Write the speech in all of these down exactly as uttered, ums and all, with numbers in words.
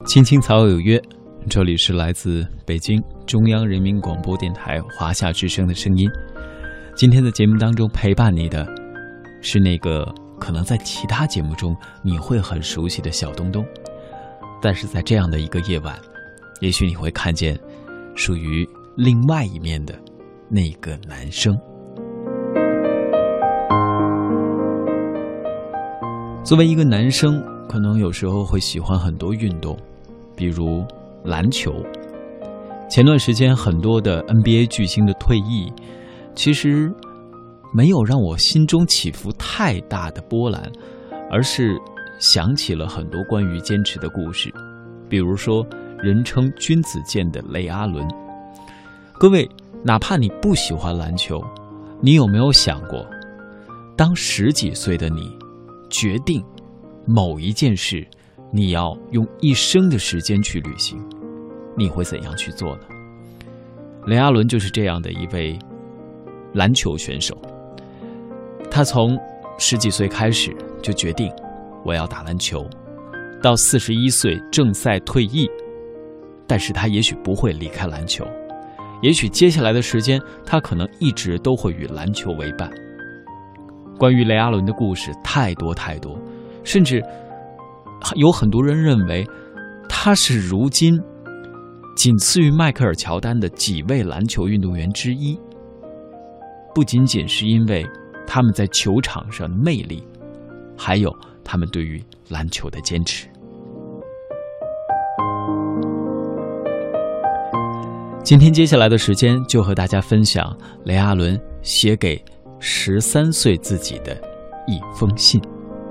青青草有约，这里是来自北京中央人民广播电台华夏之声的声音。今天的节目当中陪伴你的是那个可能在其他节目中你会很熟悉的小东东，但是在这样的一个夜晚，也许你会看见属于另外一面的那个男生。作为一个男生，可能有时候会喜欢很多运动，比如篮球。前段时间很多的 N B A 巨星的退役，其实没有让我心中起伏太大的波澜，而是想起了很多关于坚持的故事。比如说人称君子剑的雷阿伦。各位，哪怕你不喜欢篮球，你有没有想过，当十几岁的你决定某一件事你要用一生的时间去履行，你会怎样去做呢？雷阿伦就是这样的一位篮球选手。他从十几岁开始就决定我要打篮球，到四十一岁正赛退役，但是他也许不会离开篮球，也许接下来的时间他可能一直都会与篮球为伴。关于雷阿伦的故事太多太多，甚至有很多人认为他是如今仅次于迈克尔·乔丹的几位篮球运动员之一。不仅仅是因为他们在球场上的魅力，还有他们对于篮球的坚持。今天接下来的时间就和大家分享雷阿伦写给十三岁自己的一封信。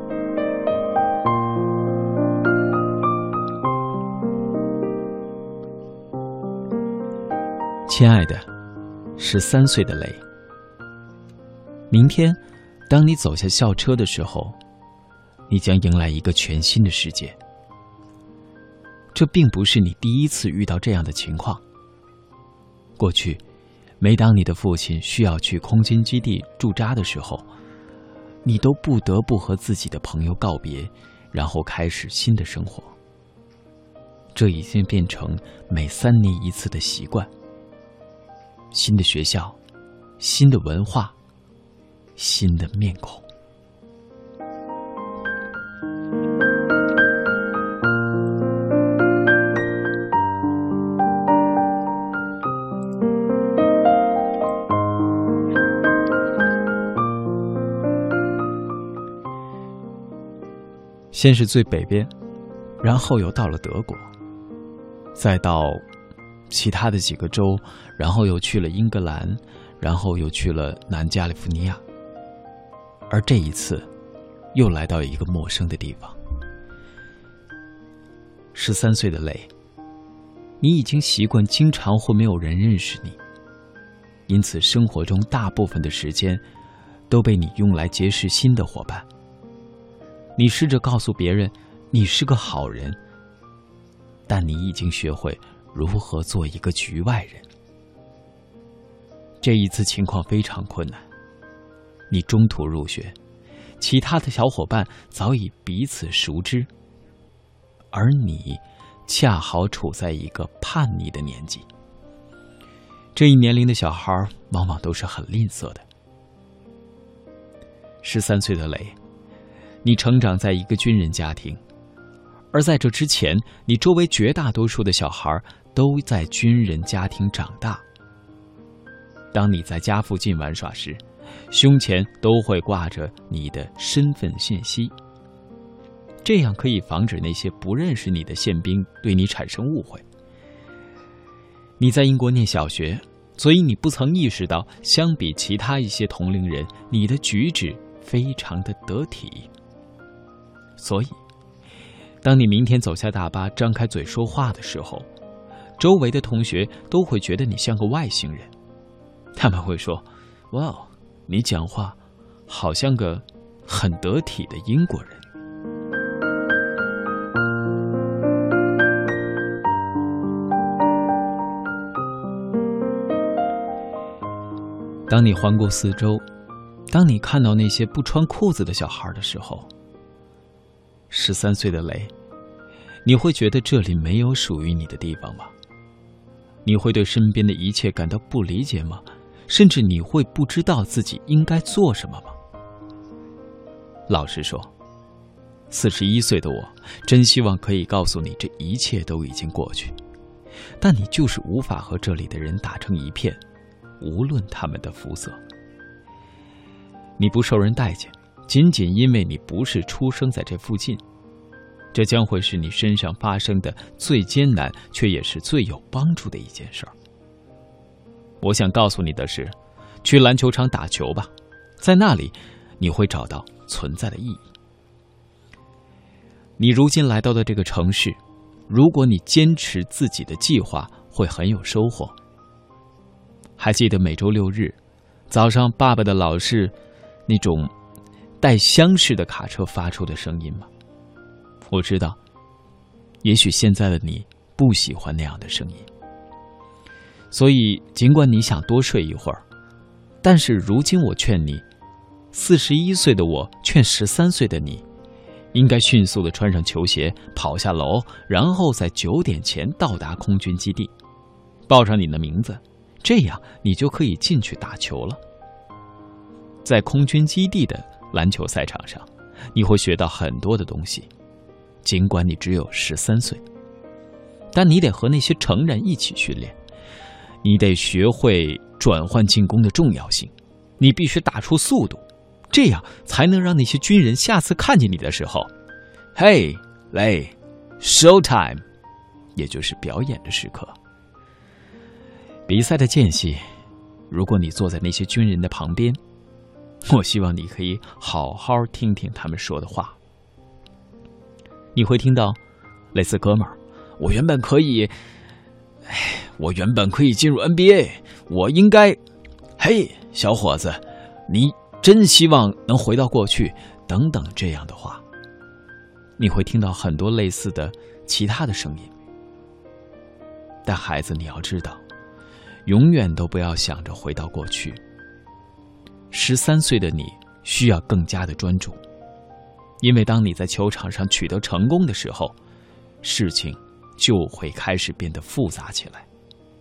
亲爱的十三岁的雷，明天当你走下校车的时候，你将迎来一个全新的世界。这并不是你第一次遇到这样的情况。过去每当你的父亲需要去空军基地驻扎的时候，你都不得不和自己的朋友告别，然后开始新的生活。这已经变成每三年一次的习惯。新的学校，新的文化，新的面孔。先是最北边，然后又到了德国，再到其他的几个州，然后又去了英格兰，然后又去了南加利福尼亚。而这一次又来到一个陌生的地方。十三岁的雷，你已经习惯经常会没有人认识你，因此生活中大部分的时间都被你用来结识新的伙伴。你试着告诉别人你是个好人，但你已经学会如何做一个局外人。这一次情况非常困难，你中途入学，其他的小伙伴早已彼此熟知，而你恰好处在一个叛逆的年纪。这一年龄的小孩往往都是很吝啬的。十三岁的雷，你成长在一个军人家庭，而在这之前，你周围绝大多数的小孩都在军人家庭长大。当你在家附近玩耍时，胸前都会挂着你的身份信息，这样可以防止那些不认识你的宪兵对你产生误会。你在英国念小学，所以你不曾意识到，相比其他一些同龄人，你的举止非常的得体。所以当你明天走下大巴，张开嘴说话的时候，周围的同学都会觉得你像个外星人。他们会说，哇，你讲话好像个很得体的英国人。当你环顾四周，当你看到那些不穿裤子的小孩的时候，十三岁的雷， 你会觉得这里没有属于你的地方吗？你会对身边的一切感到不理解吗？甚至你会不知道自己应该做什么吗？老实说，四十一岁的我真希望可以告诉你这一切都已经过去，但你就是无法和这里的人打成一片，无论他们的肤色。你不受人待见，仅仅因为你不是出生在这附近，这将会是你身上发生的最艰难却也是最有帮助的一件事儿。我想告诉你的是，去篮球场打球吧，在那里你会找到存在的意义。你如今来到的这个城市，如果你坚持自己的计划，会很有收获。还记得每周六日早上爸爸的老是那种带厢式的卡车发出的声音吗？我知道，也许现在的你不喜欢那样的声音，所以尽管你想多睡一会儿，但是如今我劝你，四十一岁的我劝十三岁的你，应该迅速地穿上球鞋，跑下楼，然后在九点前到达空军基地，报上你的名字，这样你就可以进去打球了。在空军基地的篮球赛场上，你会学到很多的东西，尽管你只有十三岁，但你得和那些成人一起训练。你得学会转换进攻的重要性，你必须打出速度，这样才能让那些军人下次看见你的时候，嘿，雷 show time， 也就是表演的时刻。比赛的间隙，如果你坐在那些军人的旁边，我希望你可以好好听听他们说的话。你会听到类似哥们儿，我原本可以哎，我原本可以进入 N B A， 我应该，嘿，小伙子，你真希望能回到过去，等等这样的话。你会听到很多类似的其他的声音。但孩子，你要知道，永远都不要想着回到过去。十三岁的你需要更加的专注，因为当你在球场上取得成功的时候，事情就会开始变得复杂起来。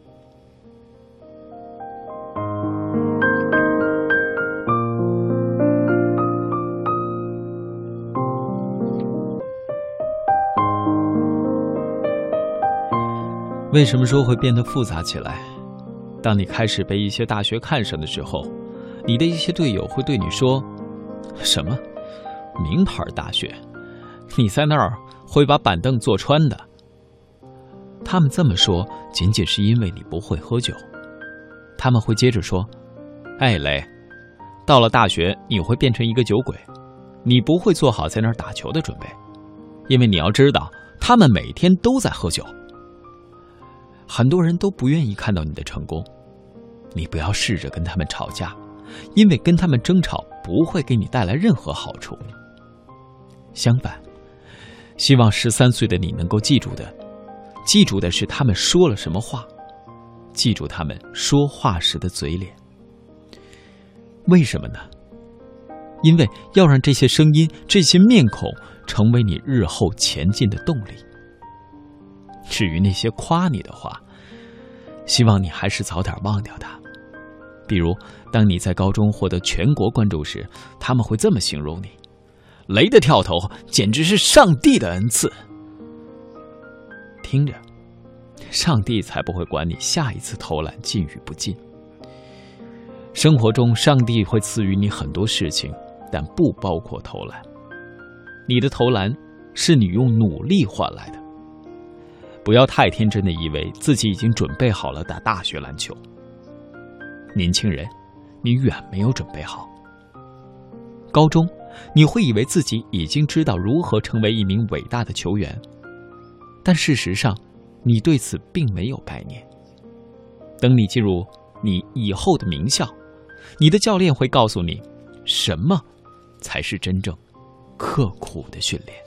为什么说会变得复杂起来？当你开始被一些大学看上的时候，你的一些队友会对你说，什么名牌大学，你在那儿会把板凳坐穿的。他们这么说仅仅是因为你不会喝酒。他们会接着说，哎雷，到了大学你会变成一个酒鬼，你不会做好在那儿打球的准备，因为你要知道他们每天都在喝酒。很多人都不愿意看到你的成功，你不要试着跟他们吵架，因为跟他们争吵不会给你带来任何好处。相反，希望十三岁的你能够记住的，记住的是他们说了什么话，记住他们说话时的嘴脸。为什么呢？因为要让这些声音、这些面孔成为你日后前进的动力。至于那些夸你的话，希望你还是早点忘掉它。比如，当你在高中获得全国关注时，他们会这么形容你：雷的跳投简直是上帝的恩赐。听着，上帝才不会管你下一次投篮进与不进。生活中，上帝会赐予你很多事情，但不包括投篮。你的投篮是你用努力换来的。不要太天真的以为自己已经准备好了打大学篮球。年轻人，你远没有准备好。高中，你会以为自己已经知道如何成为一名伟大的球员，但事实上，你对此并没有概念。等你进入你以后的名校，你的教练会告诉你，什么才是真正刻苦的训练。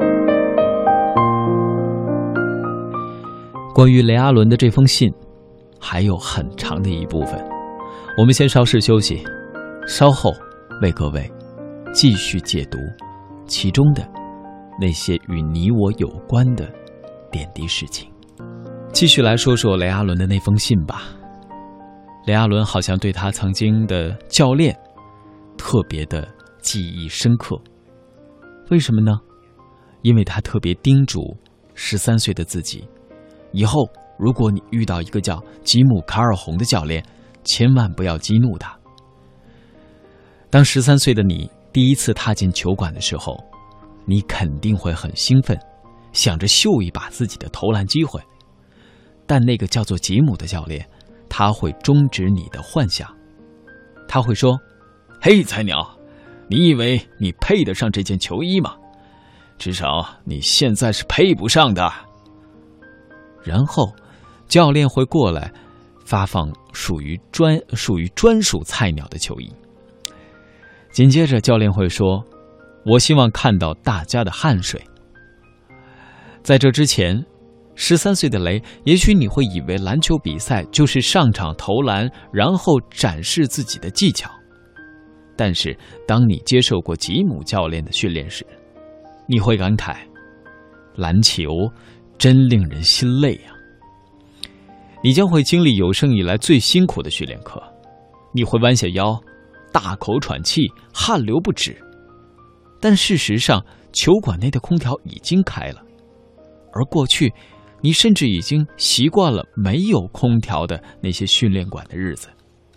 关于雷阿伦的这封信， 还有很长的一部分。我们先稍事休息，稍后为各位继续解读其中的那些与你我有关的点滴事情。继续来说说雷阿伦的那封信吧。雷阿伦好像对他曾经的教练特别的记忆深刻，为什么呢？因为他特别叮嘱十三岁的自己，以后如果你遇到一个叫吉姆·卡尔洪的教练，千万不要激怒他。当十三岁的你第一次踏进球馆的时候，你肯定会很兴奋，想着秀一把自己的投篮机会。但那个叫做吉姆的教练，他会终止你的幻想。他会说：嘿，菜鸟，你以为你配得上这件球衣吗？至少你现在是配不上的。然后教练会过来发放属于专属于专属菜鸟的球衣。紧接着教练会说：我希望看到大家的汗水。在这之前，十三岁的雷，也许你会以为篮球比赛就是上场投篮，然后展示自己的技巧。但是当你接受过吉姆教练的训练时，你会感慨，篮球真令人心累啊。你将会经历有生以来最辛苦的训练课，你会弯下腰，大口喘气，汗流不止。但事实上，球馆内的空调已经开了，而过去你甚至已经习惯了没有空调的那些训练馆的日子。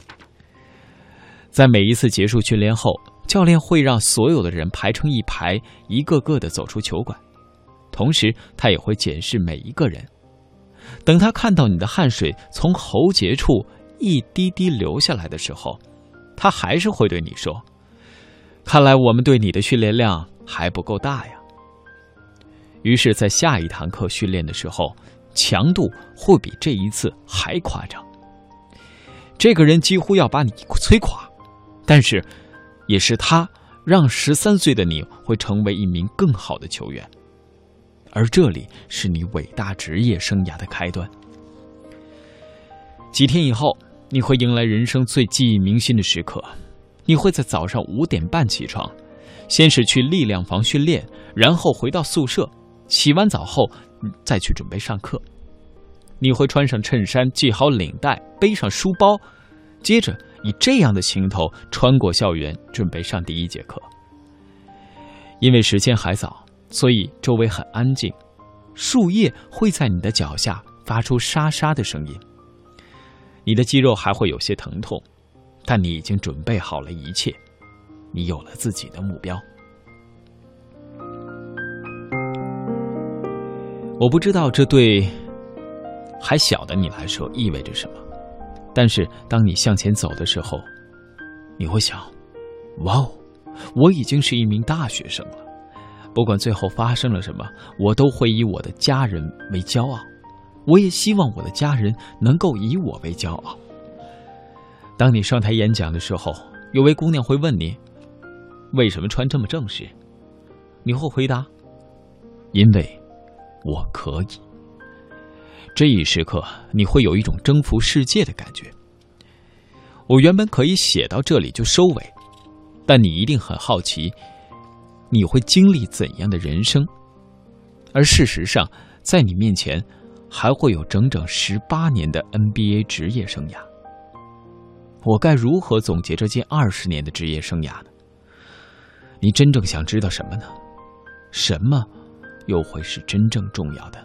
在每一次结束训练后，教练会让所有的人排成一排，一个个的走出球馆，同时他也会检视每一个人。等他看到你的汗水从喉结处一滴滴流下来的时候，他还是会对你说：看来我们对你的训练量还不够大呀。于是在下一堂课训练的时候，强度会比这一次还夸张。这个人几乎要把你摧垮，但是也是他让十三岁的你会成为一名更好的球员。而这里是你伟大职业生涯的开端。几天以后，你会迎来人生最记忆铭心的时刻。你会在早上五点半起床，先是去力量房训练，然后回到宿舍，洗完澡后再去准备上课。你会穿上衬衫，系好领带，背上书包，接着以这样的行头穿过校园，准备上第一节课。因为时间还早，所以周围很安静，树叶会在你的脚下发出沙沙的声音。你的肌肉还会有些疼痛，但你已经准备好了一切，你有了自己的目标。我不知道这对还小的你来说意味着什么，但是当你向前走的时候，你会想，哇哦，我已经是一名大学生了。不管最后发生了什么，我都会以我的家人为骄傲，我也希望我的家人能够以我为骄傲。当你上台演讲的时候，有位姑娘会问你，为什么穿这么正式？你会回答，因为我可以。这一时刻，你会有一种征服世界的感觉。我原本可以写到这里就收尾，但你一定很好奇，你会经历怎样的人生？而事实上，在你面前还会有整整十八年的 N B A 职业生涯。我该如何总结这近二十年的职业生涯呢？你真正想知道什么呢？什么又会是真正重要的？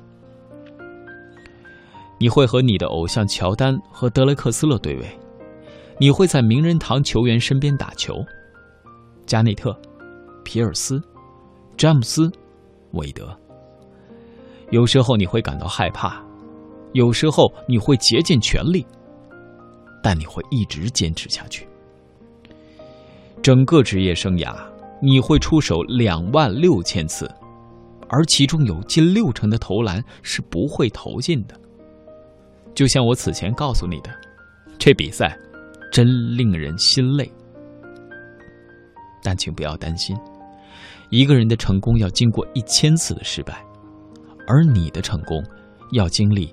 你会和你的偶像乔丹和德雷克斯勒对位，你会在名人堂球员身边打球，加内特、皮尔斯、詹姆斯、韦德。有时候你会感到害怕，有时候你会竭尽全力，但你会一直坚持下去。整个职业生涯，你会出手两万六千次，而其中有近六成的投篮是不会投进的。就像我此前告诉你的，这比赛真令人心累。但请不要担心，一个人的成功要经过一千次的失败，而你的成功要经历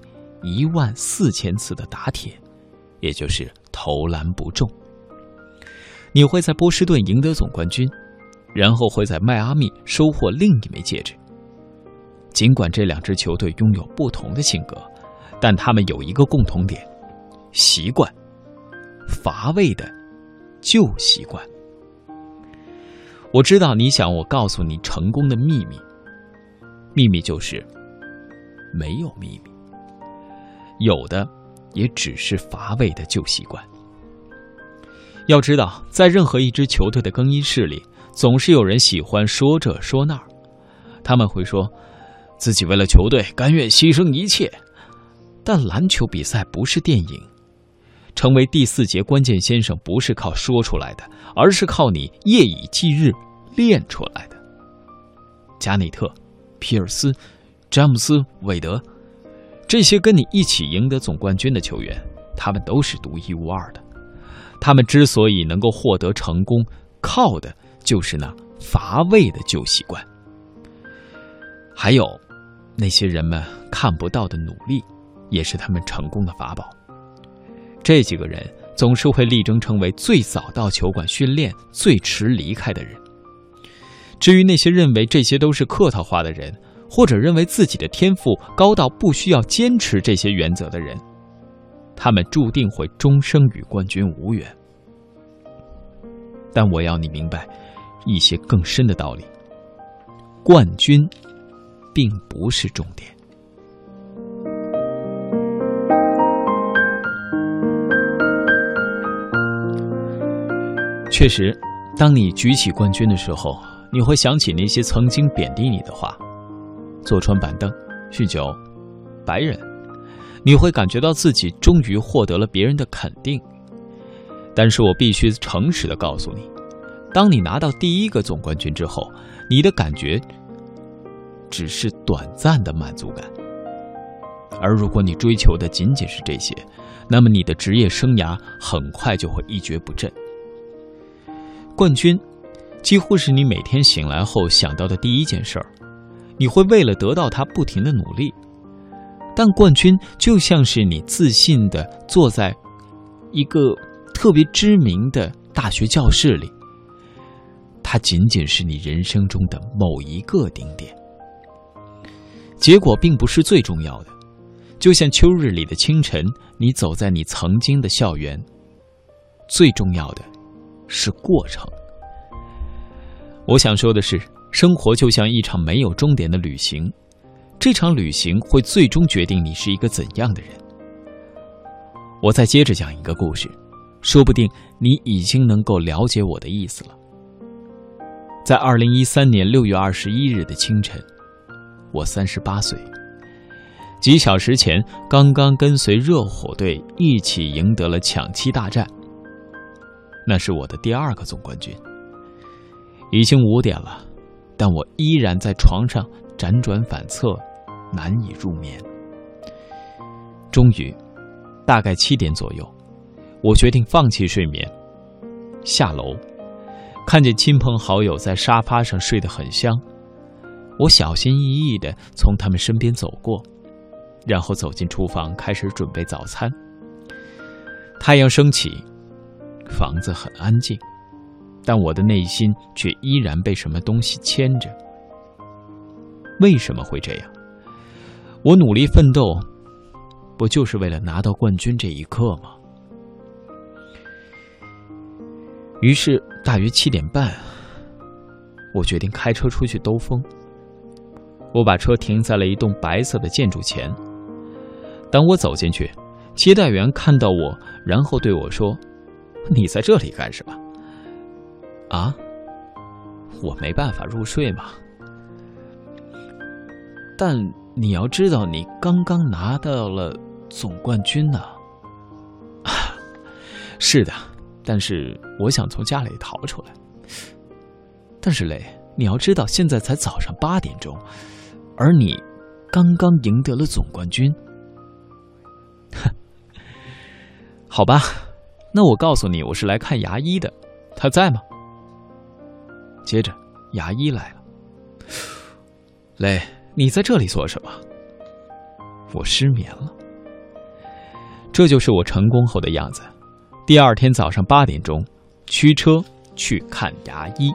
一万四千次的打铁，也就是投篮不中。你会在波士顿赢得总冠军，然后会在迈阿密收获另一枚戒指。尽管这两支球队拥有不同的性格，但他们有一个共同点：习惯，乏味的旧习惯。我知道你想我告诉你成功的秘密，秘密就是没有秘密，有的也只是乏味的旧习惯。要知道，在任何一支球队的更衣室里，总是有人喜欢说这说那儿。他们会说自己为了球队甘愿牺牲一切，但篮球比赛不是电影，成为第四节关键先生不是靠说出来的，而是靠你夜以继日练出来的。加内特、皮尔斯、詹姆斯、韦德，这些跟你一起赢得总冠军的球员，他们都是独一无二的。他们之所以能够获得成功，靠的就是那乏味的旧习惯，还有那些人们看不到的努力，也是他们成功的法宝。这几个人总是会力争成为最早到球馆训练、最迟离开的人。至于那些认为这些都是客套话的人，或者认为自己的天赋高到不需要坚持这些原则的人，他们注定会终生与冠军无缘。但我要你明白一些更深的道理：冠军并不是重点。确实，当你举起冠军的时候，你会想起那些曾经贬低你的话，坐穿板凳、酗酒、白人，你会感觉到自己终于获得了别人的肯定。但是我必须诚实地告诉你，当你拿到第一个总冠军之后，你的感觉只是短暂的满足感。而如果你追求的仅仅是这些，那么你的职业生涯很快就会一蹶不振。冠军几乎是你每天醒来后想到的第一件事儿，你会为了得到它不停的努力。但冠军就像是你自信地坐在一个特别知名的大学教室里，它仅仅是你人生中的某一个顶点。结果并不是最重要的，就像秋日里的清晨，你走在你曾经的校园，最重要的是过程。我想说的是，生活就像一场没有终点的旅行，这场旅行会最终决定你是一个怎样的人。我再接着讲一个故事，说不定你已经能够了解我的意思了。在二零一三年六月二十一日的清晨，我三十八岁，几小时前刚刚跟随热火队一起赢得了抢七大战，那是我的第二个总冠军。已经五点了，但我依然在床上辗转反侧，难以入眠。终于，大概七点左右，我决定放弃睡眠，下楼，看见亲朋好友在沙发上睡得很香，我小心翼翼地从他们身边走过，然后走进厨房开始准备早餐。太阳升起，房子很安静，但我的内心却依然被什么东西牵着。为什么会这样？我努力奋斗，不就是为了拿到冠军这一刻吗？于是大约七点半，我决定开车出去兜风。我把车停在了一栋白色的建筑前。当我走进去，接待员看到我，然后对我说：“你在这里干什么？”啊，我没办法入睡嘛。但你要知道，你刚刚拿到了总冠军呢。啊，是的，但是我想从家里逃出来。但是雷，你要知道，现在才早上八点钟，而你刚刚赢得了总冠军。哼，好吧，那我告诉你，我是来看牙医的，他在吗？接着，牙医来了。雷，你在这里做什么？我失眠了。 这就是我成功后的样子。第二天早上八点钟，驱车去看牙医。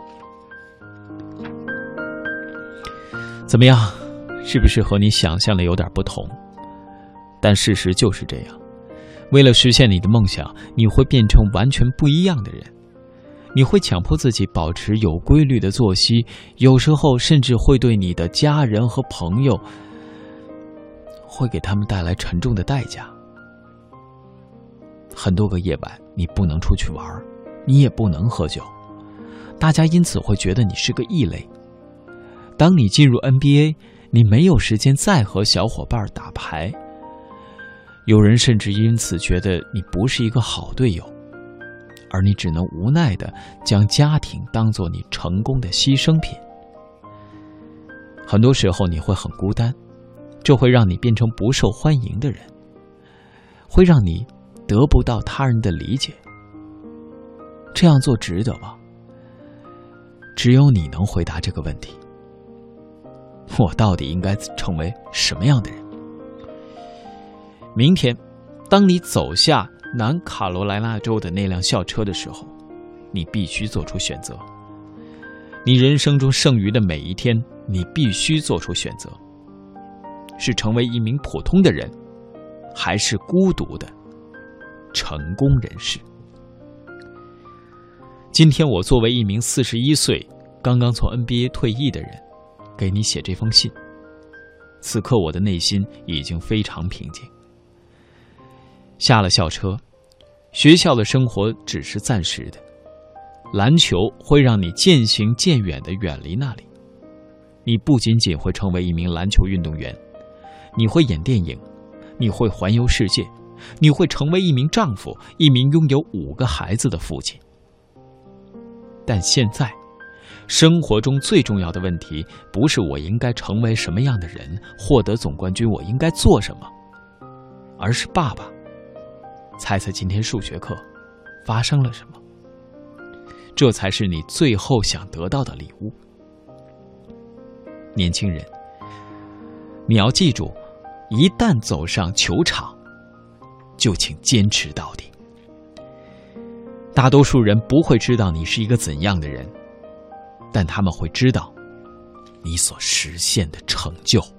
怎么样？是不是和你想象的有点不同？但事实就是这样。为了实现你的梦想，你会变成完全不一样的人。你会强迫自己保持有规律的作息，有时候甚至会对你的家人和朋友，会给他们带来沉重的代价。很多个夜晚，你不能出去玩，你也不能喝酒，大家因此会觉得你是个异类。当你进入 N B A， 你没有时间再和小伙伴打牌，有人甚至因此觉得你不是一个好队友，而你只能无奈地将家庭当作你成功的牺牲品。很多时候你会很孤单，这会让你变成不受欢迎的人，会让你得不到他人的理解。这样做值得吗？只有你能回答这个问题。我到底应该成为什么样的人？明天，当你走下南卡罗来纳州的那辆校车的时候，你必须做出选择。你人生中剩余的每一天，你必须做出选择，是成为一名普通的人，还是孤独的成功人士？今天我作为一名四十一岁刚刚从 N B A 退役的人，给你写这封信。此刻我的内心已经非常平静。下了校车，学校的生活只是暂时的，篮球会让你渐行渐远地远离那里。你不仅仅会成为一名篮球运动员，你会演电影，你会环游世界，你会成为一名丈夫，一名拥有五个孩子的父亲。但现在，生活中最重要的问题不是我应该成为什么样的人，获得总冠军我应该做什么，而是爸爸，猜猜今天数学课发生了什么？这才是你最后想得到的礼物。年轻人，你要记住，一旦走上球场，就请坚持到底。大多数人不会知道你是一个怎样的人，但他们会知道你所实现的成就。